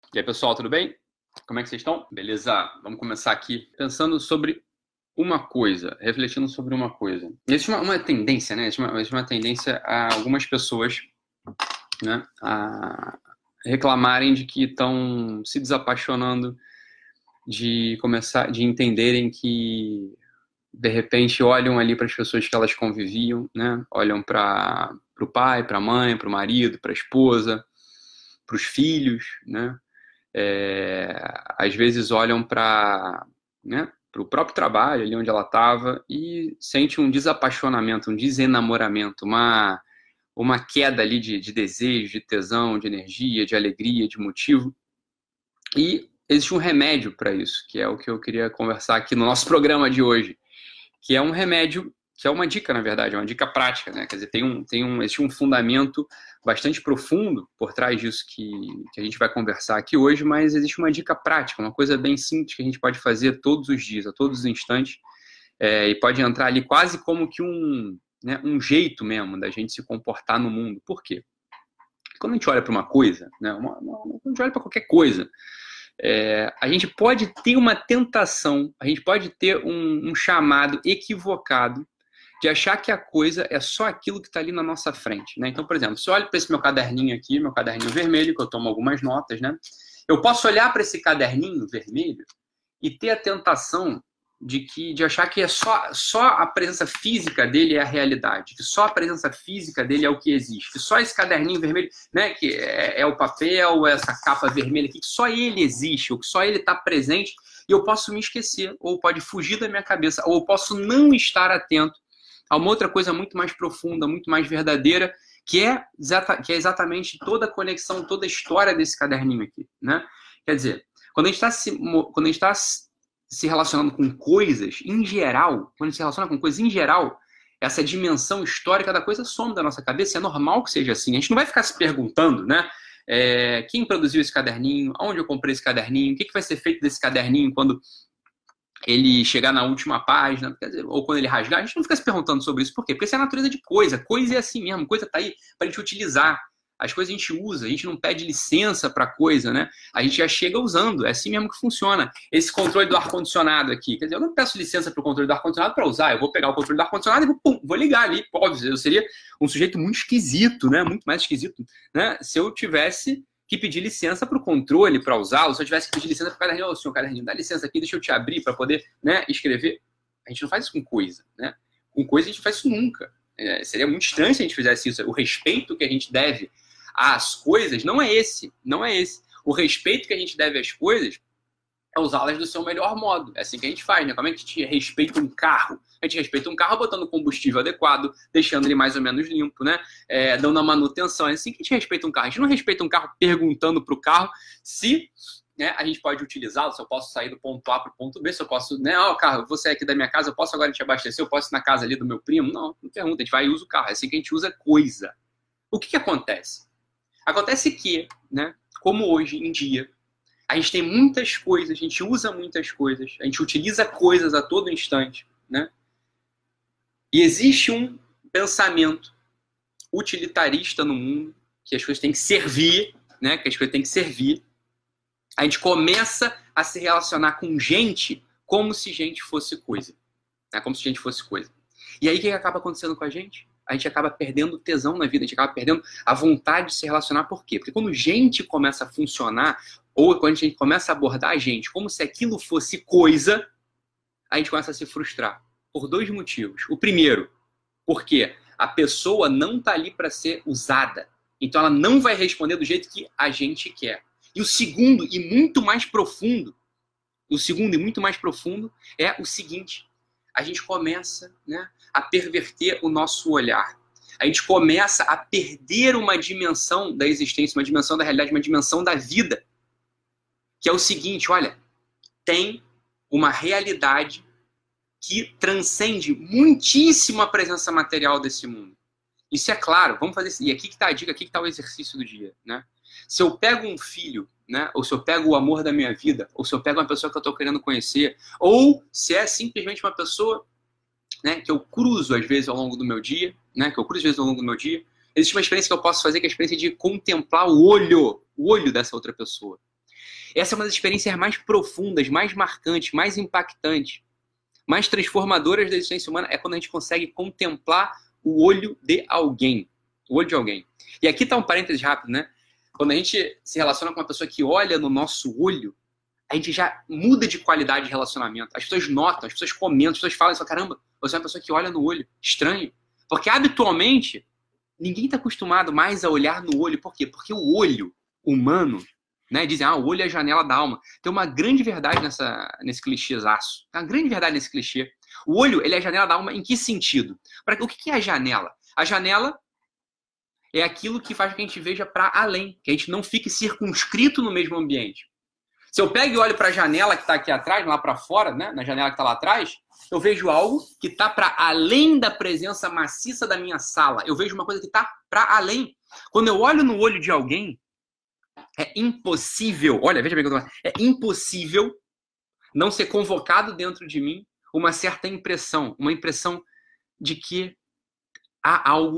E aí, pessoal, tudo bem? Como é que vocês estão? Beleza? Vamos começar aqui pensando sobre uma coisa, refletindo sobre uma coisa. Existe uma tendência, né? Existe uma tendência a algumas pessoas, né, a reclamarem de que estão se desapaixonando, de entenderem que de repente olham ali para as pessoas que elas conviviam, né? Olham para o pai, para a mãe, para o marido, para a esposa, para os filhos, né? Às vezes olham para, né, o próprio trabalho, ali onde ela estava, e sente um desapaixonamento, um desenamoramento, uma queda ali de desejo, de tesão, de energia, de alegria, de motivo. E existe um remédio para isso, que é o que eu queria conversar aqui no nosso programa de hoje, que é um remédio, que é uma dica, na verdade, é uma dica prática, né? Quer dizer, existe um fundamento bastante profundo por trás disso que a gente vai conversar aqui hoje, mas existe uma dica prática, uma coisa bem simples que a gente pode fazer todos os dias, a todos os instantes, e pode entrar ali quase como que um jeito mesmo da gente se comportar no mundo. Por quê? Quando a gente olha para uma coisa, né, quando a gente olha para qualquer coisa, a gente pode ter uma tentação, a gente pode ter um chamado equivocado de achar que a coisa é só aquilo que está ali na nossa frente, né? Então, por exemplo, se eu olho para esse meu caderninho aqui, meu caderninho vermelho, que eu tomo algumas notas, né? Eu posso olhar para esse caderninho vermelho e ter a tentação de achar que é só a presença física dele é a realidade, que só a presença física dele é o que existe, que só esse caderninho vermelho, né, que é o papel, essa capa vermelha aqui, que só ele existe, ou que só ele está presente, e eu posso me esquecer, ou pode fugir da minha cabeça, ou eu posso não estar atento a uma outra coisa muito mais profunda, muito mais verdadeira, que é exatamente toda a conexão, toda a história desse caderninho aqui, né? Quer dizer, quando a gente está se relacionando com coisas, em geral, quando a gente se relaciona com coisas, em geral, essa dimensão histórica da coisa some da nossa cabeça, é normal que seja assim. A gente não vai ficar se perguntando, né? Quem produziu esse caderninho, onde eu comprei esse caderninho, o que vai ser feito desse caderninho quando ele chegar na última página, quer dizer, ou quando ele rasgar, a gente não fica se perguntando sobre isso. Por quê? Porque essa é a natureza de coisa. Coisa é assim mesmo, coisa está aí para a gente utilizar. As coisas a gente usa, a gente não pede licença para coisa, né? A gente já chega usando, é assim mesmo que funciona. Esse controle do ar-condicionado aqui, quer dizer, eu não peço licença para o controle do ar-condicionado para usar, eu vou pegar o controle do ar-condicionado e vou ligar ali. Óbvio, eu seria um sujeito muito esquisito, né? Muito mais esquisito, né? Se eu tivesse que pedir licença para o controle para usá-lo, se eu tivesse que pedir licença para o caderninho, ô, senhor caderninho, dá licença aqui, deixa eu te abrir para poder, né, escrever. A gente não faz isso com coisa, né? Com coisa a gente faz isso nunca. Seria muito estranho se a gente fizesse isso. O respeito que a gente deve às coisas não é esse, não é esse. O respeito que a gente deve às coisas é usá-las do seu melhor modo. É assim que a gente faz, né? Como é que a gente respeita um carro? A gente respeita um carro botando combustível adequado, deixando ele mais ou menos limpo, né? Dando a manutenção. É assim que a gente respeita um carro. A gente não respeita um carro perguntando para o carro se, né, a gente pode utilizá-lo, se eu posso sair do ponto A para o ponto B, se eu posso, né? Carro, você é aqui da minha casa, eu posso agora te abastecer, eu posso ir na casa ali do meu primo? Não, não pergunta, a gente vai e usa o carro. É assim que a gente usa coisa. O que acontece? Acontece que, né, como hoje em dia, a gente tem muitas coisas, a gente usa muitas coisas, a gente utiliza coisas a todo instante, né? E existe um pensamento utilitarista no mundo, que as coisas têm que servir, né? Que as coisas têm que servir. A gente começa a se relacionar com gente como se gente fosse coisa, né? Como se gente fosse coisa. E aí o que acaba acontecendo com a gente? A gente acaba perdendo tesão na vida, a gente acaba perdendo a vontade de se relacionar. Por quê? Porque quando gente começa a funcionar, ou quando a gente começa a abordar a gente como se aquilo fosse coisa, a gente começa a se frustrar. Por dois motivos. O primeiro, porque a pessoa não está ali para ser usada. Então ela não vai responder do jeito que a gente quer. E o segundo, e muito mais profundo, é o seguinte: a gente começa, né, a perverter o nosso olhar. A gente começa a perder uma dimensão da existência, uma dimensão da realidade, uma dimensão da vida. Que é o seguinte, olha, tem uma realidade que transcende muitíssimo a presença material desse mundo. Isso é claro, vamos fazer isso. E aqui que está a dica, aqui que está o exercício do dia, né? Se eu pego um filho, né, ou se eu pego o amor da minha vida, ou se eu pego uma pessoa que eu estou querendo conhecer, ou se é simplesmente uma pessoa, né, que eu cruzo às vezes ao longo do meu dia, né, existe uma experiência que eu posso fazer, que é a experiência de contemplar o olho dessa outra pessoa. Essa é uma das experiências mais profundas, mais marcantes, mais impactantes, mais transformadoras da existência humana, é quando a gente consegue contemplar o olho de alguém. O olho de alguém. E aqui está um parênteses rápido, né? Quando a gente se relaciona com uma pessoa que olha no nosso olho, a gente já muda de qualidade de relacionamento. As pessoas notam, as pessoas comentam, as pessoas falam assim, caramba, você é uma pessoa que olha no olho. Estranho. Porque habitualmente, ninguém está acostumado mais a olhar no olho. Por quê? Porque o olho humano, né, dizem, o olho é a janela da alma. Tem uma grande verdade nesse clichêzaço. Tem uma grande verdade nesse clichê. O olho, ele é a janela da alma em que sentido? O que é a janela? A janela é aquilo que faz com que a gente veja para além, que a gente não fique circunscrito no mesmo ambiente. Se eu pego e olho para a janela que está aqui atrás, lá para fora, né, na janela que está lá atrás, eu vejo algo que está para além da presença maciça da minha sala. Eu vejo uma coisa que está para além. Quando eu olho no olho de alguém, é impossível, olha, veja bem o que eu tô falando, é impossível não ser convocado dentro de mim uma certa impressão, uma impressão de que há algo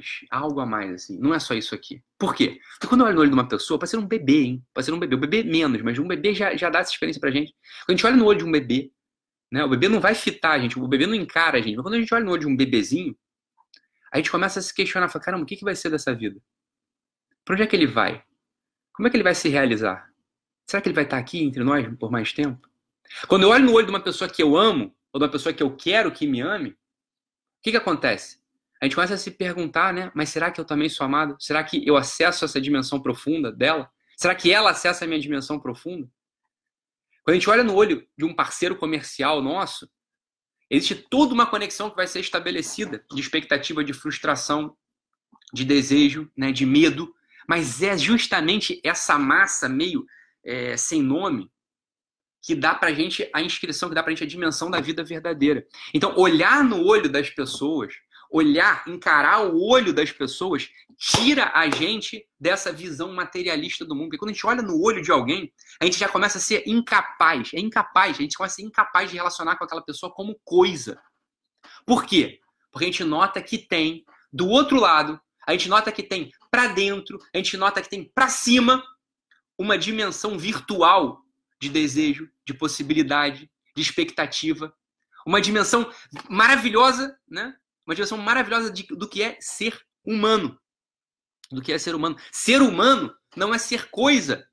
a mais, assim. Não é só isso aqui. Por quê? Porque quando eu olho no olho de uma pessoa, pode ser um bebê, hein? Pode ser um bebê menos, mas um bebê já dá essa experiência pra gente. Quando a gente olha no olho de um bebê, né? O bebê não vai fitar a gente, o bebê não encara a gente. Mas quando a gente olha no olho de um bebezinho, a gente começa a se questionar, fala, caramba, o que vai ser dessa vida? Pra onde é que ele vai? Como é que ele vai se realizar? Será que ele vai estar aqui entre nós por mais tempo? Quando eu olho no olho de uma pessoa que eu amo, ou de uma pessoa que eu quero que me ame, o que acontece? A gente começa a se perguntar, né? Mas será que eu também sou amado? Será que eu acesso essa dimensão profunda dela? Será que ela acessa a minha dimensão profunda? Quando a gente olha no olho de um parceiro comercial nosso, existe toda uma conexão que vai ser estabelecida de expectativa, de frustração, de desejo, né? De medo. Mas é justamente essa massa meio sem nome que dá pra gente a inscrição, que dá pra gente a dimensão da vida verdadeira. Então, olhar no olho das pessoas, encarar o olho das pessoas, tira a gente dessa visão materialista do mundo. Porque quando a gente olha no olho de alguém, a gente já começa a ser incapaz. A gente começa a ser incapaz de relacionar com aquela pessoa como coisa. Por quê? Porque a gente nota que tem, do outro lado, a gente nota que tem pra dentro, a gente nota que tem pra cima uma dimensão virtual de desejo, de possibilidade, de expectativa. Uma dimensão maravilhosa, né? Uma dimensão maravilhosa do que é ser humano. Do que é ser humano. Ser humano não é ser coisa.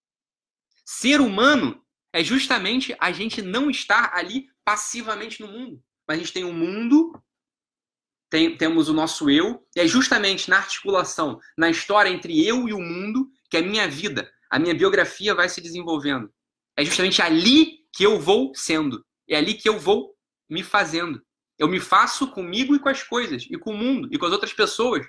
Ser humano é justamente a gente não estar ali passivamente no mundo. Mas a gente tem um mundo, temos o nosso eu, e é justamente na articulação, na história entre eu e o mundo, que a minha vida, a minha biografia vai se desenvolvendo. É justamente ali que eu vou sendo. É ali que eu vou me fazendo. Eu me faço comigo e com as coisas, e com o mundo, e com as outras pessoas.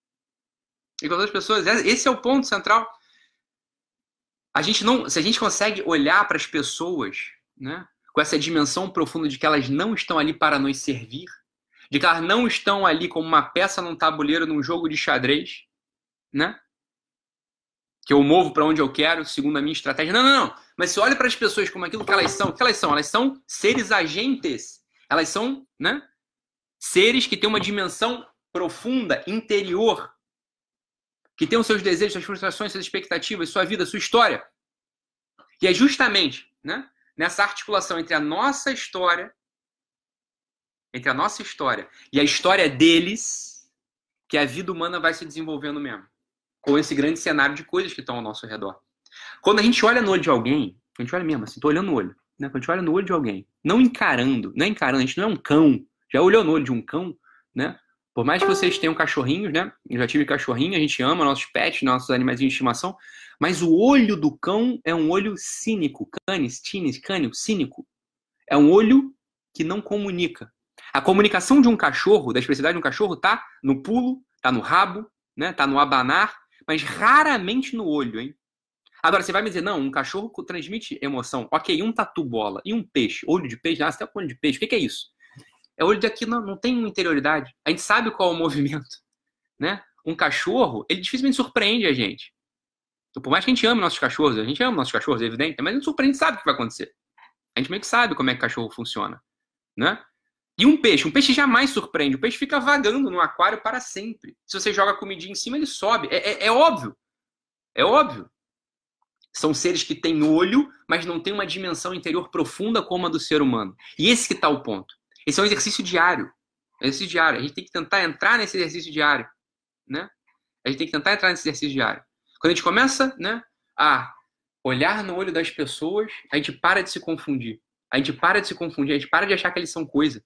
Esse é o ponto central. Se a gente consegue olhar para as pessoas, né, com essa dimensão profunda de que elas não estão ali para nos servir, de que elas não estão ali como uma peça num tabuleiro, num jogo de xadrez, né? Que eu movo para onde eu quero, segundo a minha estratégia. Não. Mas se olha para as pessoas como aquilo que elas são, o que elas são? Elas são seres agentes. Elas são, né, seres que têm uma dimensão profunda, interior, que têm os seus desejos, suas frustrações, suas expectativas, sua vida, sua história. E é justamente, né, nessa articulação entre a nossa história e a história deles que a vida humana vai se desenvolvendo mesmo. Com esse grande cenário de coisas que estão ao nosso redor. Quando a gente olha no olho de alguém, a gente olha mesmo assim, tô olhando no olho, né? Quando a gente olha no olho de alguém, não encarando, a gente não é um cão. Já olhou no olho de um cão, né? Por mais que vocês tenham cachorrinhos, né? Eu já tive cachorrinho, a gente ama nossos pets, nossos animais de estimação, mas o olho do cão é um olho cínico, cânio, cínico. É um olho que não comunica. A comunicação de um cachorro, da expressividade de um cachorro, tá no pulo, tá no rabo, né? Tá no abanar, mas raramente no olho, hein? Agora, você vai me dizer, não, um cachorro transmite emoção. Ok, um tatu-bola e um peixe, olho de peixe, você tem um olho de peixe, o que é isso? É olho daqui, não tem interioridade. A gente sabe qual é o movimento, né? Um cachorro, ele dificilmente surpreende a gente. Então, por mais que a gente ame nossos cachorros, é evidente, mas a gente surpreende, sabe o que vai acontecer. A gente meio que sabe como é que o cachorro funciona, né? E um peixe jamais surpreende. O peixe fica vagando no aquário para sempre. Se você joga comidinha em cima, ele sobe. É óbvio. É óbvio. São seres que têm olho, mas não têm uma dimensão interior profunda como a do ser humano. E esse que está o ponto. Esse é um exercício diário. Exercício diário. A gente tem que tentar entrar nesse exercício diário, né? A gente tem que tentar entrar nesse exercício diário. Quando a gente começa, né, a olhar no olho das pessoas, a gente para de se confundir. A gente para de se confundir, a gente para de achar que eles são coisa.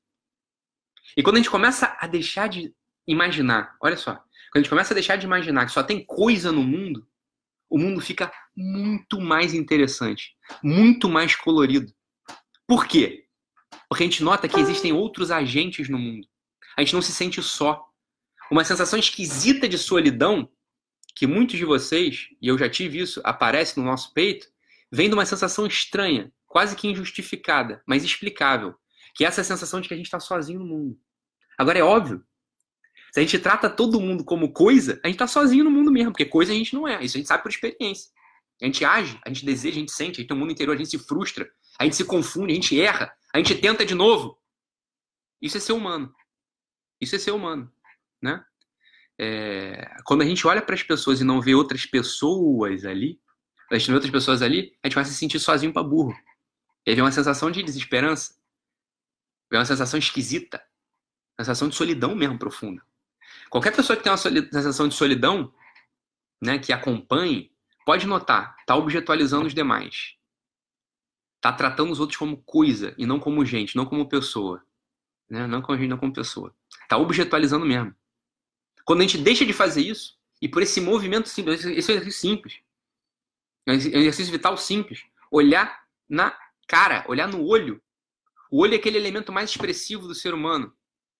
E quando a gente começa a deixar de imaginar, olha só, quando a gente começa a deixar de imaginar que só tem coisa no mundo, o mundo fica muito mais interessante, muito mais colorido. Por quê? Porque a gente nota que existem outros agentes no mundo. A gente não se sente só. Uma sensação esquisita de solidão, que muitos de vocês, e eu já tive isso, aparece no nosso peito, vem de uma sensação estranha, quase que injustificada, mas explicável, que é essa sensação de que a gente está sozinho no mundo. Agora é óbvio, se a gente trata todo mundo como coisa, a gente está sozinho no mundo mesmo, porque coisa a gente não é, isso a gente sabe por experiência. A gente age, a gente deseja, a gente sente, a gente tem um mundo interior, a gente se frustra, a gente se confunde, a gente erra, a gente tenta de novo. Isso é ser humano. Isso é ser humano, né? Quando a gente olha para as pessoas e não vê outras pessoas ali, a gente não vê outras pessoas ali, a gente vai se sentir sozinho para burro. E aí vem uma sensação de desesperança, vem uma sensação esquisita, uma sensação de solidão mesmo profunda. Qualquer pessoa que tem uma sensação de solidão, né, que acompanhe, pode notar, está objetualizando os demais. Está tratando os outros como coisa e não como gente, não como pessoa. Né? Não como gente, não como pessoa. Está objetualizando mesmo. Quando a gente deixa de fazer isso, e por esse movimento simples, esse é um exercício simples, é um exercício vital simples, olhar na cara, olhar no olho. O olho é aquele elemento mais expressivo do ser humano.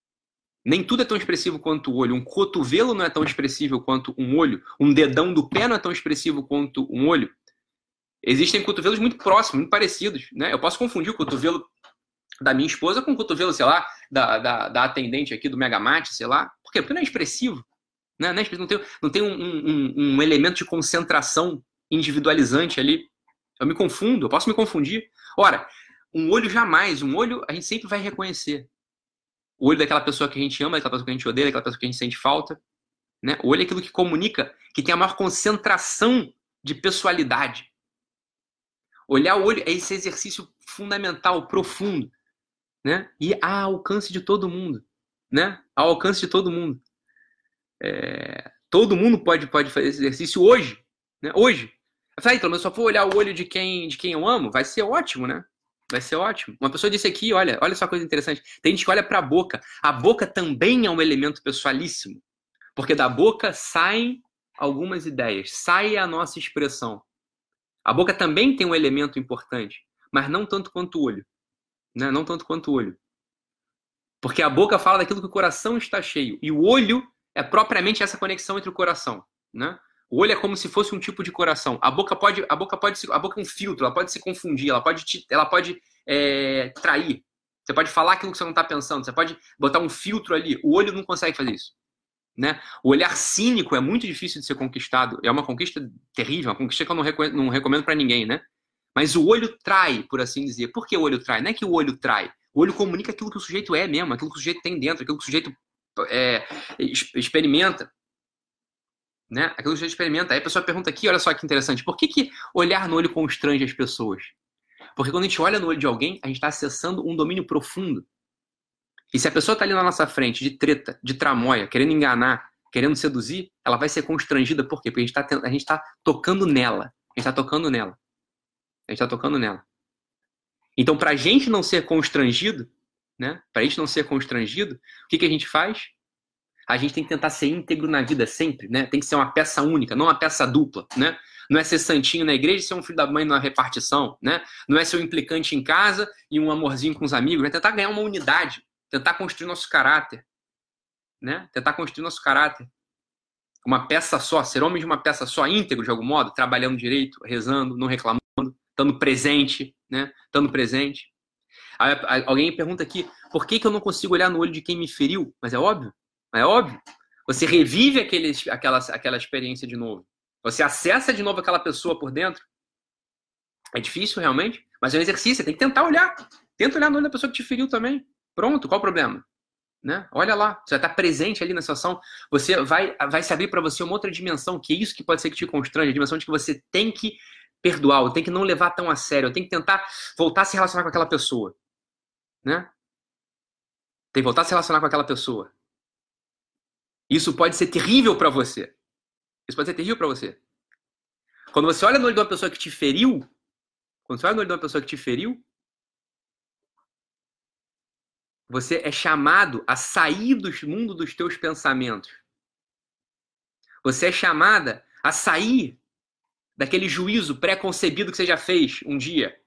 Nem tudo é tão expressivo quanto o olho. Um cotovelo não é tão expressivo quanto um olho. Um dedão do pé não é tão expressivo quanto um olho. Existem cotovelos muito próximos, muito parecidos. Né? Eu posso confundir o cotovelo da minha esposa com o cotovelo, sei lá, da atendente aqui do Megamate, sei lá. Por quê? Porque não é expressivo. Né? Não tem um elemento de concentração individualizante ali. Eu me confundo, eu posso me confundir. Ora, um olho jamais, um olho a gente sempre vai reconhecer. O olho daquela pessoa que a gente ama, daquela pessoa que a gente odeia, daquela pessoa que a gente sente falta. Né? O olho é aquilo que comunica, que tem a maior concentração de pessoalidade. Olhar o olho é esse exercício fundamental, profundo. Né? E ao alcance de todo mundo. Né? Ao alcance de todo mundo. Todo mundo pode fazer esse exercício hoje. Né? Hoje. Eu falei, então, mas só for olhar o olho de quem eu amo, vai ser ótimo, né? Vai ser ótimo. Uma pessoa disse aqui, olha só a coisa interessante. Tem gente que olha para a boca. A boca também é um elemento pessoalíssimo. Porque da boca saem algumas ideias. Sai a nossa expressão. A boca também tem um elemento importante. Mas não tanto quanto o olho. Né? Não tanto quanto o olho. Porque a boca fala daquilo que o coração está cheio. E o olho é propriamente essa conexão entre o coração. Né? O olho é como se fosse um tipo de coração. A boca é um filtro, ela pode se confundir, ela pode trair. Você pode falar aquilo que você não está pensando, você pode botar um filtro ali. O olho não consegue fazer isso. Né? O olhar cínico é muito difícil de ser conquistado. É uma conquista terrível, uma conquista que eu não recomendo para ninguém. Né? Mas o olho trai, por assim dizer. Por que o olho trai? Não é que o olho trai. O olho comunica aquilo que o sujeito é mesmo, aquilo que o sujeito tem dentro, aquilo que o sujeito experimenta. Né? Aquilo que o sujeito experimenta. Aí a pessoa pergunta aqui, olha só que interessante, por que olhar no olho constrange as pessoas? Porque quando a gente olha no olho de alguém, a gente está acessando um domínio profundo. E se a pessoa está ali na nossa frente, de treta, de tramóia, querendo enganar, querendo seduzir, ela vai ser constrangida. Por quê? Porque a gente está tocando nela. A gente está tocando nela. A gente está tocando nela. Então, para a gente não ser constrangido, né? Para a gente não ser constrangido, o que a gente faz? A gente tem que tentar ser íntegro na vida sempre, né? Tem que ser uma peça única, não uma peça dupla, né? Não é ser santinho na igreja e ser um filho da mãe na repartição, né? Não é ser um implicante em casa e um amorzinho com os amigos. É tentar ganhar uma unidade, tentar construir nosso caráter, né? Tentar construir nosso caráter. Uma peça só, ser homem de uma peça só, íntegro de algum modo, trabalhando direito, rezando, não reclamando, estando presente, né? Estando presente. Aí, alguém pergunta aqui, por que eu não consigo olhar no olho de quem me feriu? Mas é óbvio. É óbvio. Você revive aquela experiência de novo. Você acessa de novo aquela pessoa por dentro. É difícil, realmente, mas é um exercício. Você tem que tentar olhar. Tenta olhar no olho da pessoa que te feriu também. Pronto, qual o problema? Né? Olha lá. Você vai estar presente ali na situação. Você vai se abrir para você uma outra dimensão, que é isso que pode ser que te constrange. A dimensão de que você tem que perdoar, eu tenho que não levar tão a sério, eu tenho que tentar voltar a se relacionar com aquela pessoa, né? Tem que voltar a se relacionar com aquela pessoa. Isso pode ser terrível para você. Isso pode ser terrível para você. Quando você olha no olho de uma pessoa que te feriu, quando você olha no olho de uma pessoa que te feriu, você é chamado a sair do mundo dos teus pensamentos. Você é chamada a sair daquele juízo pré-concebido que você já fez um dia,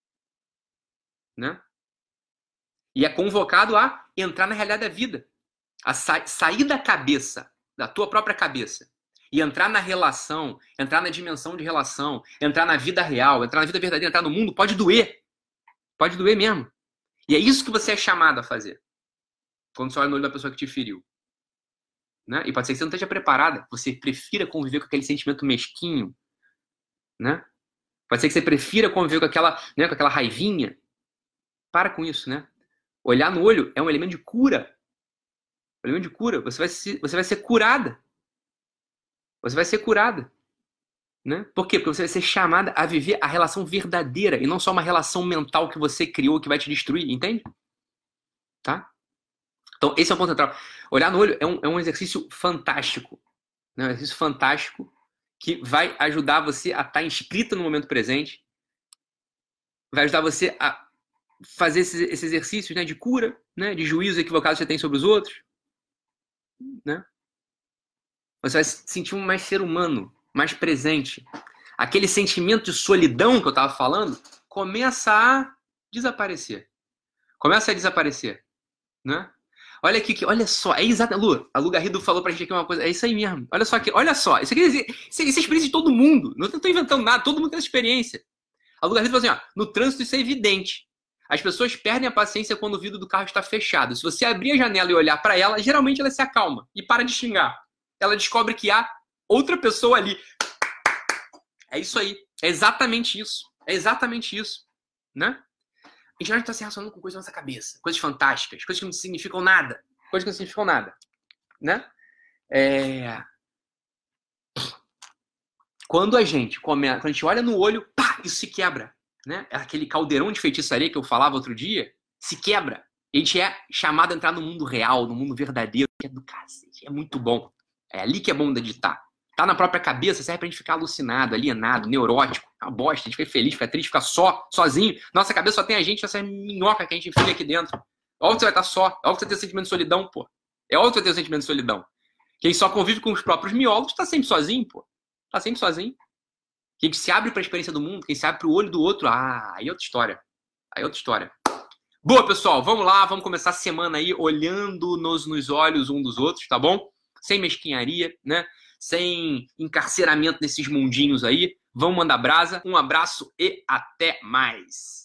né? E é convocado a entrar na realidade da vida, a sair da cabeça, da tua própria cabeça, e entrar na relação, entrar na dimensão de relação, entrar na vida real, entrar na vida verdadeira, entrar no mundo. Pode doer mesmo. E é isso que você é chamado a fazer quando você olha no olho da pessoa que te feriu, né? E pode ser que você não esteja preparada, você prefira conviver com aquele sentimento mesquinho, né? Pode ser que você prefira conviver com aquela, né, com aquela raivinha. Para com isso, né? Olhar no olho é um elemento de cura. Um elemento de cura. Você vai ser curada. Você vai ser curada, né? Por quê? Porque você vai ser chamada a viver a relação verdadeira e não só uma relação mental que você criou que vai te destruir, entende? Tá? Então, esse é o ponto central. Olhar no olho é um exercício fantástico, né? Um exercício fantástico que vai ajudar você a estar inscrito no momento presente, vai ajudar você a fazer esses exercícios, né, de cura, né, de juízo equivocado que você tem sobre os outros, né? Você vai se sentir um mais ser humano, mais presente. Aquele sentimento de solidão que eu estava falando começa a desaparecer. Começa a desaparecer, né? Olha aqui, olha só, é exato, a Lu Garrido falou pra gente aqui uma coisa, é isso aí mesmo. Olha só aqui, olha só, isso aqui isso é experiência de todo mundo. Não estou inventando nada, todo mundo tem essa experiência. A Lu Garrido falou assim, ó, no trânsito isso é evidente. As pessoas perdem a paciência quando o vidro do carro está fechado. Se você abrir a janela e olhar para ela, geralmente ela se acalma e para de xingar. Ela descobre que há outra pessoa ali. É isso aí. É exatamente isso. É exatamente isso, né? A gente não está se relacionando com coisas na nossa cabeça. Coisas fantásticas. Coisas que não significam nada. Coisas que não significam nada. Né? Quando a gente olha no olho, pá, isso se quebra. Né? Aquele caldeirão de feitiçaria que eu falava outro dia, se quebra. A gente é chamado a entrar no mundo real, no mundo verdadeiro, que é do cacete. É muito bom. É ali que é bom meditar. Tá na própria cabeça, serve pra gente ficar alucinado, alienado, neurótico. É uma bosta, a gente fica feliz, fica triste, fica sozinho. Nossa cabeça só tem a gente, essa minhoca que a gente enfia aqui dentro. Óbvio que você vai estar só. Óbvio que você vai ter sentimento de solidão, pô. É óbvio que você vai ter o sentimento de solidão. Quem só convive com os próprios miólogos tá sempre sozinho, pô. Tá sempre sozinho. Quem se abre pra experiência do mundo, quem se abre pro olho do outro, aí é outra história. Aí é outra história. Boa, pessoal, vamos lá, vamos começar a semana aí olhando nos olhos um dos outros, tá bom? Sem mesquinharia, né? Sem encarceramento nesses mundinhos aí. Vamos mandar brasa. Um abraço e até mais.